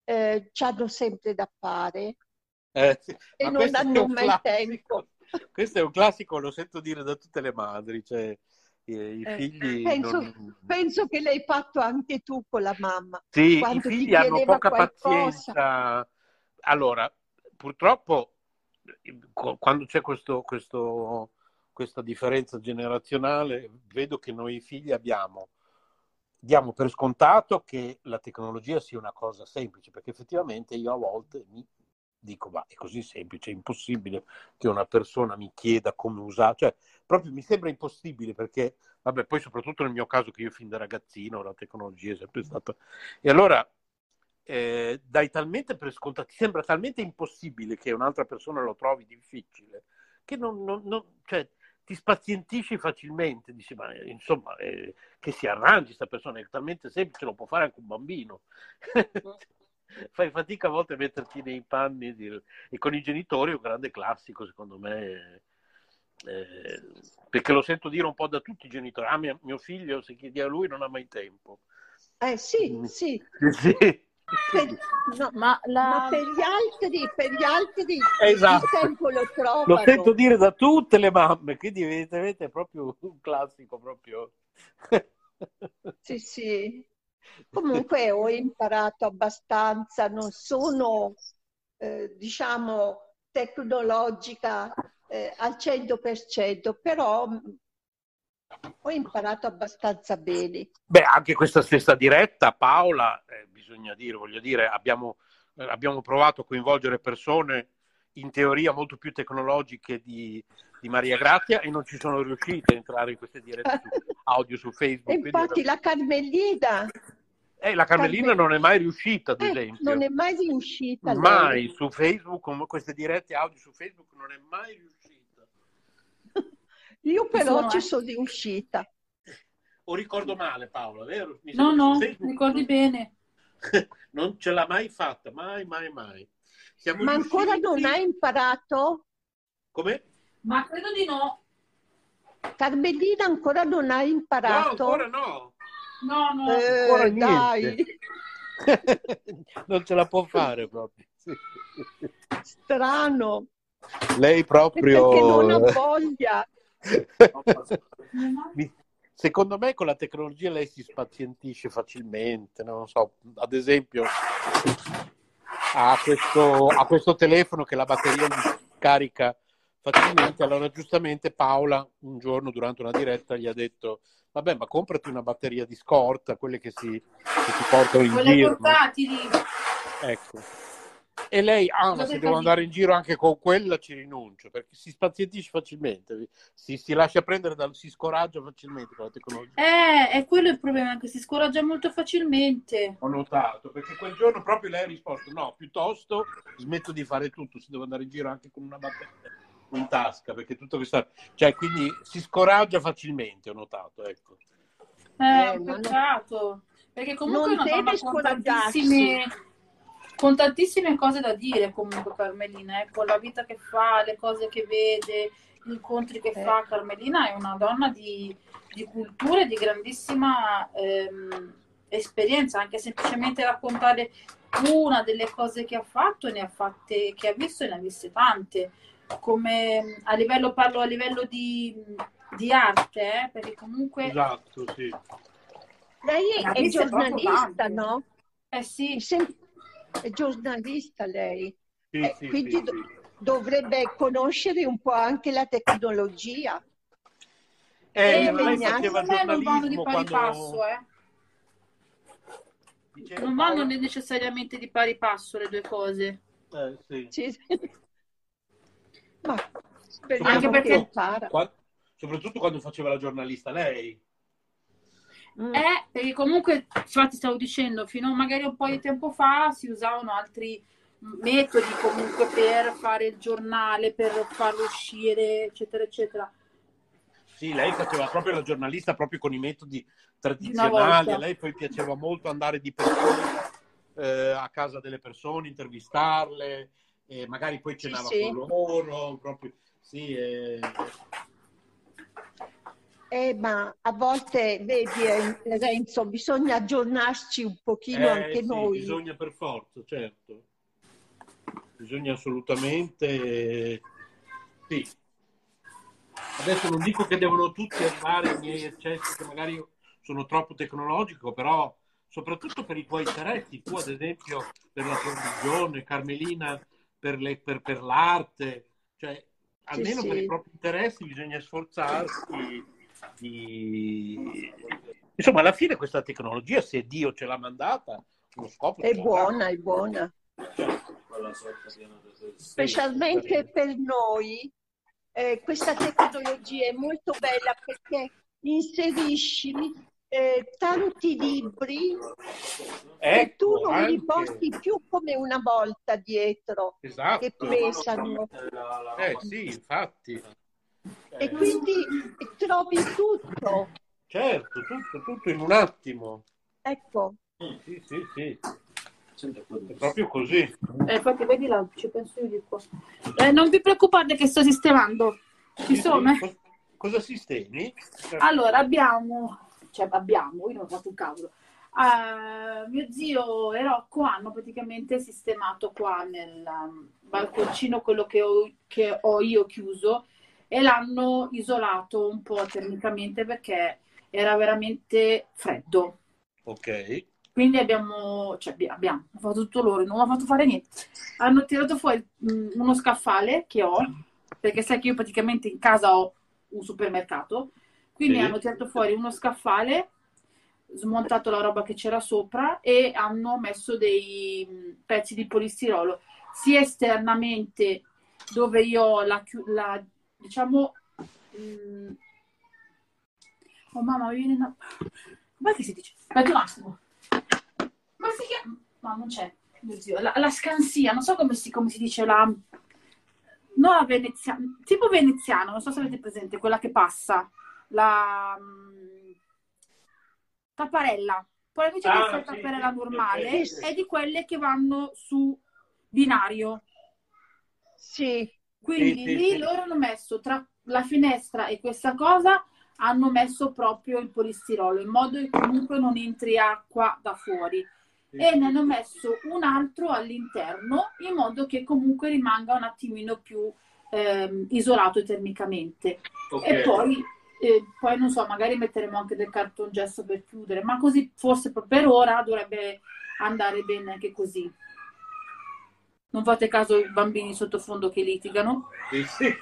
c'hanno sempre da fare Sì. e Ma non questo è hanno un mai tempo. Questo è un classico, lo sento dire da tutte le madri, cioè i figli Penso che l'hai fatto anche tu con la mamma. Sì, i Quando ti figli hanno chiedeva poca qualcosa. pazienza. Allora, purtroppo, quando c'è questa differenza generazionale, vedo che noi figli diamo per scontato che la tecnologia sia una cosa semplice, perché effettivamente io a volte mi dico, ma è così semplice, è impossibile che una persona mi chieda come usare, cioè proprio mi sembra impossibile, perché, vabbè, poi soprattutto nel mio caso che io fin da ragazzino la tecnologia è sempre stata... E allora dai talmente per scontato, ti sembra talmente impossibile che un'altra persona lo trovi difficile, che cioè, ti spazientisci facilmente, dici, ma insomma, che si arrangi questa persona, è talmente semplice, lo può fare anche un bambino. Fai fatica a volte a metterti nei panni e con i genitori è un grande classico, secondo me, perché lo sento dire un po' da tutti i genitori. Mio figlio, se chiedi a lui, non ha mai tempo. Sì. Sì. Ma per gli altri esatto. il tempo lo trovano. Lo sento dire da tutte le mamme, quindi evidentemente è proprio un classico proprio. Sì. Comunque ho imparato abbastanza, non sono diciamo tecnologica al 100%, però ho imparato abbastanza bene. Beh, anche questa stessa diretta, Paola, bisogna dire, voglio dire, abbiamo provato a coinvolgere persone in teoria molto più tecnologiche di Maria Grazia e non ci sono riuscite a entrare in queste dirette audio su Facebook. Infatti la Carmelina... la Carmelina non è mai riuscita, ad esempio. Non è mai riuscita. Mai su Facebook, con queste dirette audio su Facebook non è mai riuscita. Io però ci sono riuscita. O ricordo male, Paola, vero? No, ricordi bene. Non ce l'ha mai fatta, mai. Siamo Ma riusciti... ancora non hai imparato? Come? Ma credo di no. Carmelina, ancora non hai imparato? No, ancora no. No. Ancora dai. Non ce la può fare proprio. Strano. Lei proprio... Perché non ha voglia. Secondo me con la tecnologia lei si spazientisce facilmente, non so, ad esempio ha questo telefono che la batteria gli carica facilmente, allora giustamente Paola un giorno durante una diretta gli ha detto vabbè, ma comprati una batteria di scorta, quelle che si portano in quelle giro, portatili. Ecco. E lei, ma se devo andare in giro anche con quella ci rinuncio, perché si spazientisce facilmente, si lascia prendere, si scoraggia facilmente con la tecnologia. È quello il problema, che si scoraggia molto facilmente. Ho notato, perché quel giorno proprio lei ha risposto no, piuttosto smetto di fare tutto, se devo andare in giro anche con una batteria in tasca, perché tutto questo... Cioè, quindi si scoraggia facilmente, ho notato, ecco. Peccato, perché comunque non è una donna con tantissime cose da dire, comunque Carmelina, con la vita che fa, le cose che vede, gli incontri che fa. Carmelina è una donna di cultura e di grandissima esperienza, anche semplicemente raccontare una delle cose che ha fatto, ne ha fatte, che ha visto e ne ha viste tante, come parlo a livello di arte, perché comunque... Esatto, sì. Lei è giornalista, no? Sì. È giornalista lei, sì, quindi sì. Dovrebbe conoscere un po' anche la tecnologia. Lei faceva non vanno di pari quando... passo, non vanno necessariamente di pari passo le due cose. Sì. Ma anche perché soprattutto quando faceva la giornalista lei. Perché comunque, infatti stavo dicendo, fino a magari un po' di tempo fa si usavano altri metodi comunque per fare il giornale, per farlo uscire, eccetera, eccetera. Sì, lei faceva proprio la giornalista proprio con i metodi tradizionali, a lei poi piaceva molto andare di persona a casa delle persone, intervistarle, magari poi cenava con loro, proprio, Ma a volte, vedi, Renzo, bisogna aggiornarci un pochino anche sì, noi. Bisogna per forza, certo. Bisogna assolutamente... Sì. Adesso non dico che devono tutti arrivare ai miei eccessi, che magari sono troppo tecnologico, però soprattutto per i tuoi interessi. Tu, ad esempio, per la tua religione, Carmelina, per l'arte, cioè, almeno Sì, per i sì. propri interessi bisogna sforzarsi di... Insomma, alla fine questa tecnologia, se Dio ce l'ha mandata, lo scopo È ce l'ha buona, dato. è buona. Specialmente per noi, questa tecnologia è molto bella perché inserisci tanti libri che tu non li anche. porti più come una volta dietro, Esatto. che pesano. Sì, infatti. E quindi trovi tutto. Certo, tutto in un attimo. Ecco. Sì. È proprio così. Infatti, vedi là, ci penso io di qua. Non vi preoccupate che sto sistemando. Ci sono. Cosa sistemi? Allora, io non ho fatto un cavolo. Mio zio e Rocco hanno praticamente sistemato qua nel balconcino quello che ho io chiuso e l'hanno isolato un po' termicamente perché era veramente freddo. Ok. Quindi abbiamo fatto tutto loro, non ho fatto fare niente. Hanno tirato fuori uno scaffale che ho, perché sai che io praticamente in casa ho un supermercato, quindi hanno tirato fuori uno scaffale, smontato la roba che c'era sopra e hanno messo dei pezzi di polistirolo sia esternamente dove io ho diciamo oh mamma mi viene com'è che si dice? Aspetta un attimo. Ma si chiama? No, non c'è. Mio zio. La scansia, non so come si dice no, la veneziana, tipo veneziano, non so se avete presente, quella che passa, la tapparella. Poi invece di fare tapparella normale, è di quelle che vanno su binario. Sì. Quindi lì loro hanno messo tra la finestra e questa cosa, hanno messo proprio il polistirolo, in modo che comunque non entri acqua da fuori. E ne hanno messo un altro all'interno in modo che comunque rimanga un attimino più isolato termicamente. E poi non so, magari metteremo anche del cartongesso per chiudere, ma così forse per ora dovrebbe andare bene anche così. Non fate caso ai bambini sottofondo che litigano? Sì.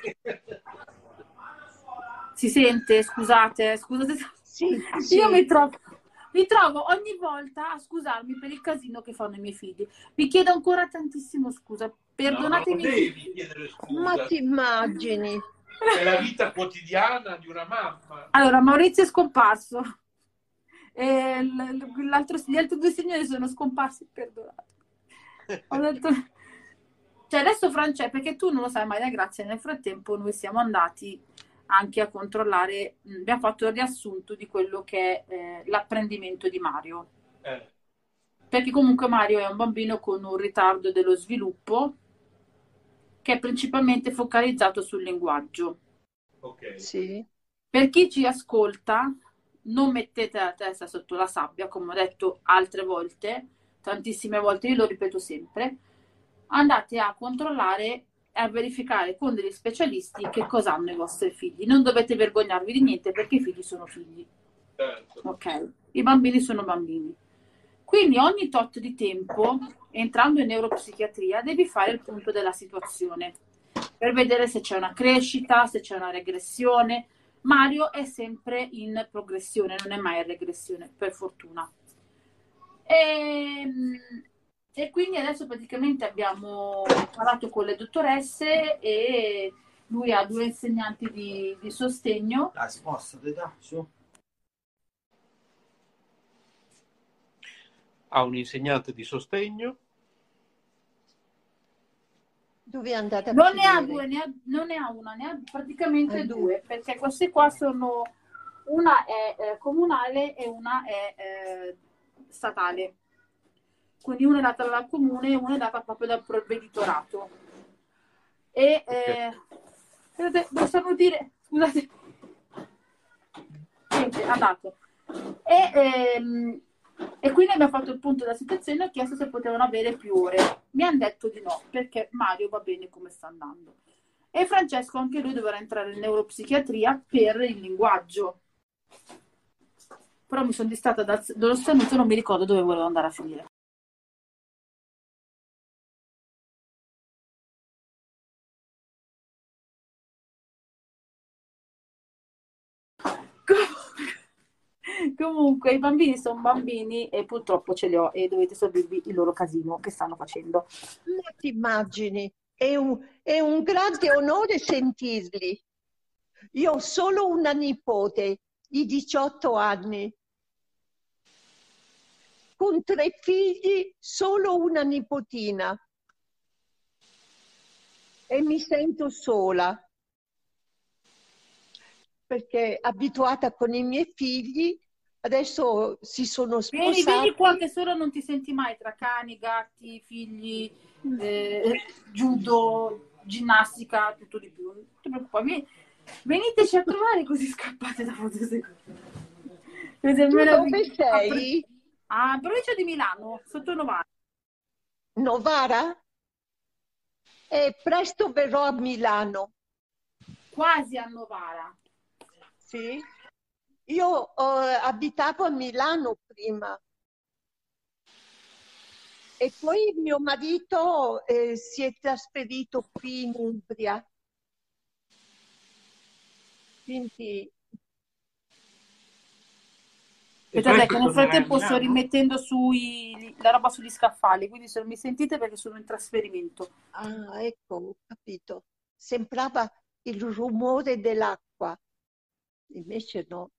Si sente? Scusate. Sì. Io mi trovo ogni volta a scusarmi per il casino che fanno i miei figli. Vi chiedo ancora tantissimo scusa. Perdonatemi. No, non devi chiedere scusa. Ma ti immagini? È la vita quotidiana di una mamma. Allora, Maurizio è scomparso. E gli altri due signori sono scomparsi, perdonate. Ho detto... Cioè adesso Francesco, perché tu non lo sai, Maria Grazia, nel frattempo noi siamo andati anche a controllare, abbiamo fatto il riassunto di quello che è l'apprendimento di Mario. Perché comunque Mario è un bambino con un ritardo dello sviluppo che è principalmente focalizzato sul linguaggio. Ok. Sì. Per chi ci ascolta, non mettete la testa sotto la sabbia, come ho detto altre volte, tantissime volte, io lo ripeto sempre, andate a controllare e a verificare con degli specialisti che cosa hanno i vostri figli. Non dovete vergognarvi di niente perché i figli sono figli. Certo. Ok? I bambini sono bambini. Quindi ogni tot di tempo, entrando in neuropsichiatria, devi fare il punto della situazione per vedere se c'è una crescita, se c'è una regressione. Mario è sempre in progressione, non è mai in regressione, per fortuna. E quindi adesso praticamente abbiamo parlato con le dottoresse e lui ha 2 insegnanti di sostegno. Ha un insegnante di sostegno. Dove è andata? Non ne ha 2, non ne ha una, ne ha praticamente 2, perché queste qua sono, una è comunale e una è statale. Quindi una è data dal comune e una è data proprio dal provveditorato. E devo dire, scusate, è andato. E quindi abbiamo fatto il punto della situazione e ho chiesto se potevano avere più ore. Mi hanno detto di no, perché Mario va bene come sta andando. E Francesco, anche lui, dovrà entrare in neuropsichiatria per il linguaggio. Però mi sono distratta dallo stenuto e non mi ricordo dove volevo andare a finire. Comunque i bambini sono bambini e purtroppo ce li ho e dovete sorbirvi il loro casino che stanno facendo. Ma ti immagini, è un grande onore sentirli. Io ho solo una nipote di 18 anni, con 3 figli, solo una nipotina e mi sento sola. Perché abituata con i miei figli, adesso si sono sposati. Vieni qua che solo non ti senti mai tra cani, gatti, figli, judo, ginnastica, tutto di più. Non ti preoccupare, veniteci a trovare così scappate da fotosecondo. Dove sei? A provincia di Milano, sotto Novara. Novara? Presto verrò a Milano. Quasi a Novara. Sì, io abitavo a Milano prima e poi mio marito si è trasferito qui in Umbria. Quindi... Aspettate che nel frattempo sto rimettendo la roba sugli scaffali, quindi se non mi sentite perché sono in trasferimento. Ah, ecco, ho capito. Sembrava il rumore dell'acqua. Invece no.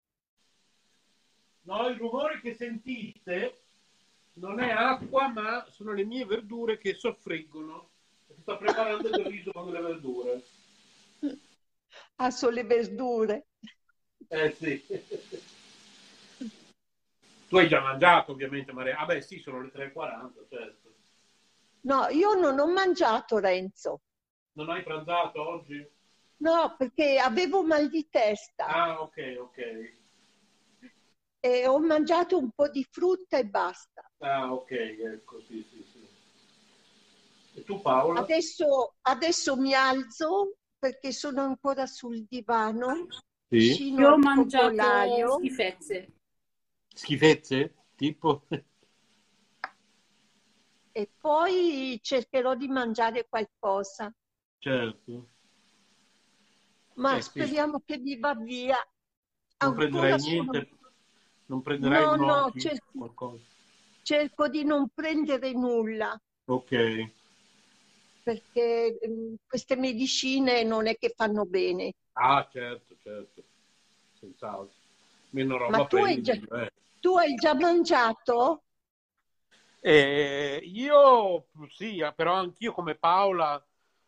No, il rumore che sentite non è acqua, ma sono le mie verdure che soffriggono. Sto preparando il riso con le verdure. Ah, sono le verdure. Sì. Tu hai già mangiato, ovviamente, Maria. Ah beh, sì, sono le 3:40, certo. No, io non ho mangiato, Renzo. Non hai pranzato oggi? No, perché avevo mal di testa. Ah, ok. E ho mangiato un po' di frutta e basta. Ah, ok, ecco, sì. E tu, Paola? Adesso mi alzo perché sono ancora sul divano. Sì. Io ho mangiato schifezze. Schifezze? Tipo? E poi cercherò di mangiare qualcosa. Certo. Ma speriamo che mi va via. Non prenderai niente? Non prenderai qualcosa? Cerco di non prendere nulla. Ok. Perché queste medicine non è che fanno bene. Ah, certo. Senz'altro. Meno roba. Ma tu hai già mangiato? Io sì, però anch'io come Paola,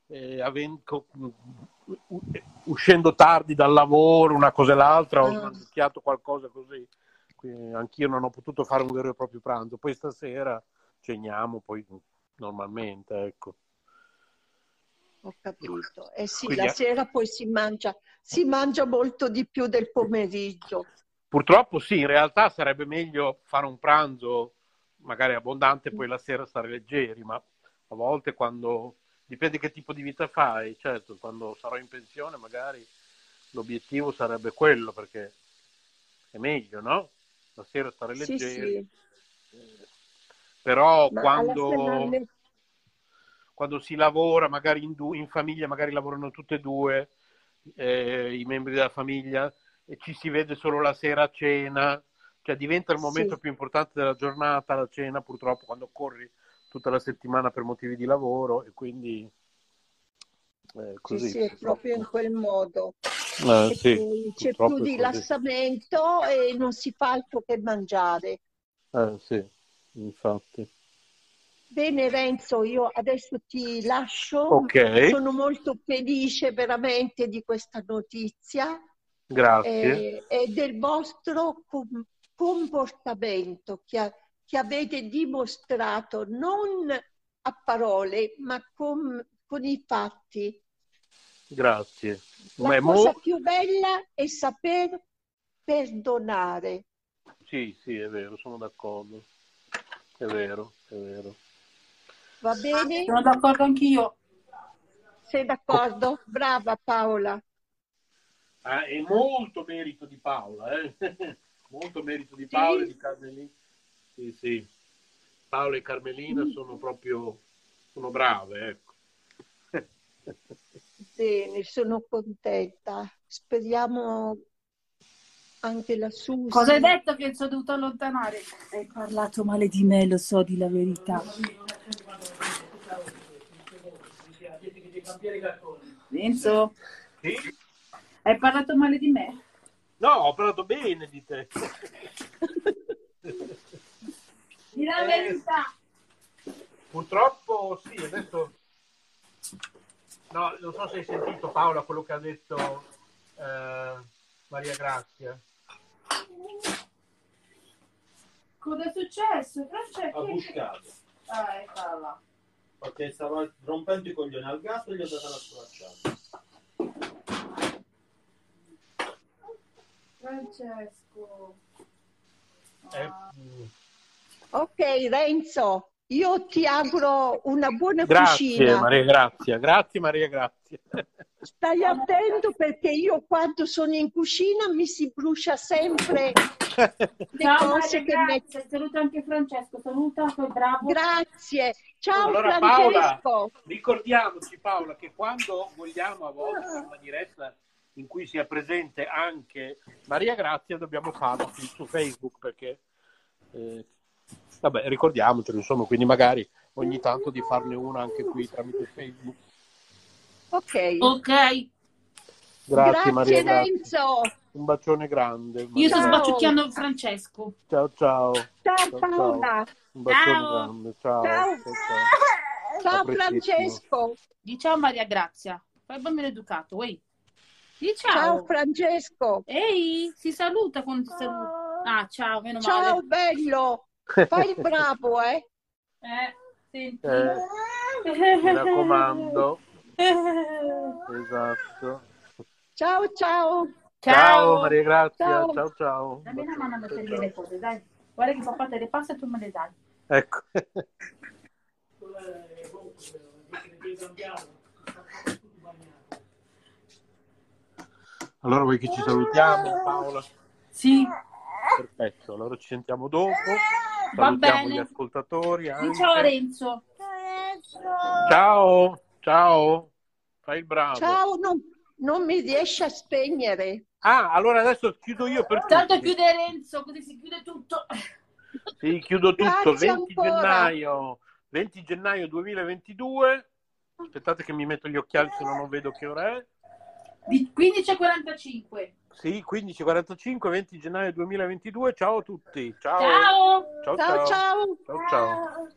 uscendo tardi dal lavoro, una cosa e l'altra, ho mangiato qualcosa così. Quindi anch'io non ho potuto fare un vero e proprio pranzo. Poi stasera ceniamo, poi normalmente, ecco. Ho capito. Sì, Quindi, la sera poi si mangia molto di più del pomeriggio. Purtroppo sì, in realtà sarebbe meglio fare un pranzo magari abbondante e poi la sera stare leggeri, ma a volte dipende che tipo di vita fai, certo, quando sarò in pensione magari l'obiettivo sarebbe quello, perché è meglio, no? La sera stare leggeri. Sì. Però quando si lavora, magari in famiglia, magari lavorano tutte e due i membri della famiglia e ci si vede solo la sera a cena, cioè diventa il momento più importante della giornata, la cena, purtroppo, quando corri tutta la settimana per motivi di lavoro, e quindi così. Sì, è proprio in quel modo. Sì, c'è più rilassamento e non si fa altro che mangiare. Sì, infatti. Bene Renzo, io adesso ti lascio. Ok. Sono molto felice veramente di questa notizia. Grazie. E del vostro comportamento che avete dimostrato non a parole ma con i fatti. Grazie. La cosa più bella è saper perdonare. Sì, è vero, sono d'accordo. È vero. Va bene? Sono d'accordo anch'io. Sei d'accordo? Brava Paola. È molto merito di Paola, molto merito di Paola e di Carmelina. Sì. Paola e Carmelina sono brave, ecco. Bene, sono contenta. Speriamo anche la Susi. Cosa hai detto che sono dovuto allontanare? Hai parlato male di me, lo so, di la verità. Enzo? Sì? Hai parlato male di me? No, ho parlato bene di te. Di la verità. Purtroppo sì, adesso no, non so se hai sentito Paola quello che ha detto Maria Grazia. Cosa è successo? Francesco? Ha buscato. Eccola là. Perché stava rompendo i coglioni al gatto e gli ho dato la sculacciata. Francesco. Ok, Renzo, io ti auguro una buona Grazie, cucina. Maria Grazia. Grazie Maria Grazia. Stai attento perché io quando sono in cucina mi si brucia sempre le Ciao cose che grazie. Saluta anche Francesco, saluta, sei bravo. Grazie. Ciao Allora, Francesco. Paola, ricordiamoci Paola che quando vogliamo a volte fare una diretta in cui sia presente anche Maria Grazia dobbiamo farlo qui su Facebook perché vabbè, ricordiamocelo insomma, quindi magari ogni tanto di farne una anche qui tramite Facebook. Ok. Grazie Maria Renzo. Un bacione grande. Io sto Ciao. sbaciucchiando Francesco. Ciao. Ciao Paola. Un bacione Ciao. grande. Ciao. Ciao A prestissimo. Francesco. Di ciao Maria Grazia. Fai il bambino educato, ehi. Di ciao. Ciao Francesco. Ehi, si saluta quando si saluta. Ah, ciao, meno Ciao male. bello. Fai il bravo, Senti. Mi raccomando. Esatto. Ciao. Ciao Maria Grazia. Ciao. Ciao. Dammi una mano a mettermi le cose, dai. Guarda che papà te le passa e tu me le dai. Ecco. Allora vuoi che ci salutiamo, Paola? Sì. Perfetto, allora ci sentiamo dopo. Va Salutiamo bene. gli ascoltatori anche. Di ciao Renzo. Ciao. Fai il bravo. Ciao, non mi riesci a spegnere. Ah, allora adesso chiudo io per Tanto tutti. chiude Renzo, così si chiude tutto. Sì, chiudo tutto. Grazie 20 gennaio 2022. Aspettate che mi metto gli occhiali se no non vedo che ora è. Di 15:45. Sì, 15:45, 20 gennaio 2022. Ciao a tutti. Ciao. Ciao.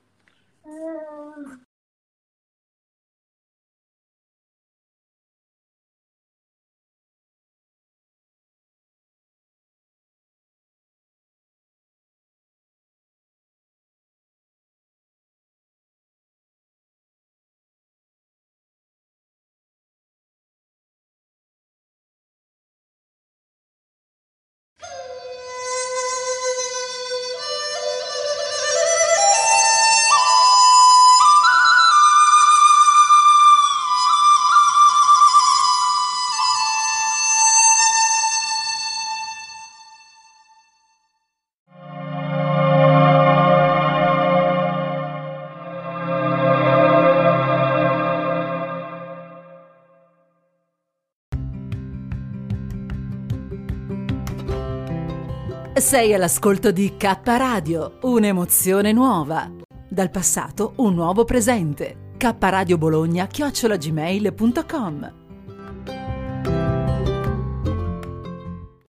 Sei all'ascolto di K Radio, un'emozione nuova. Dal passato un nuovo presente. kradiobologna@gmail.com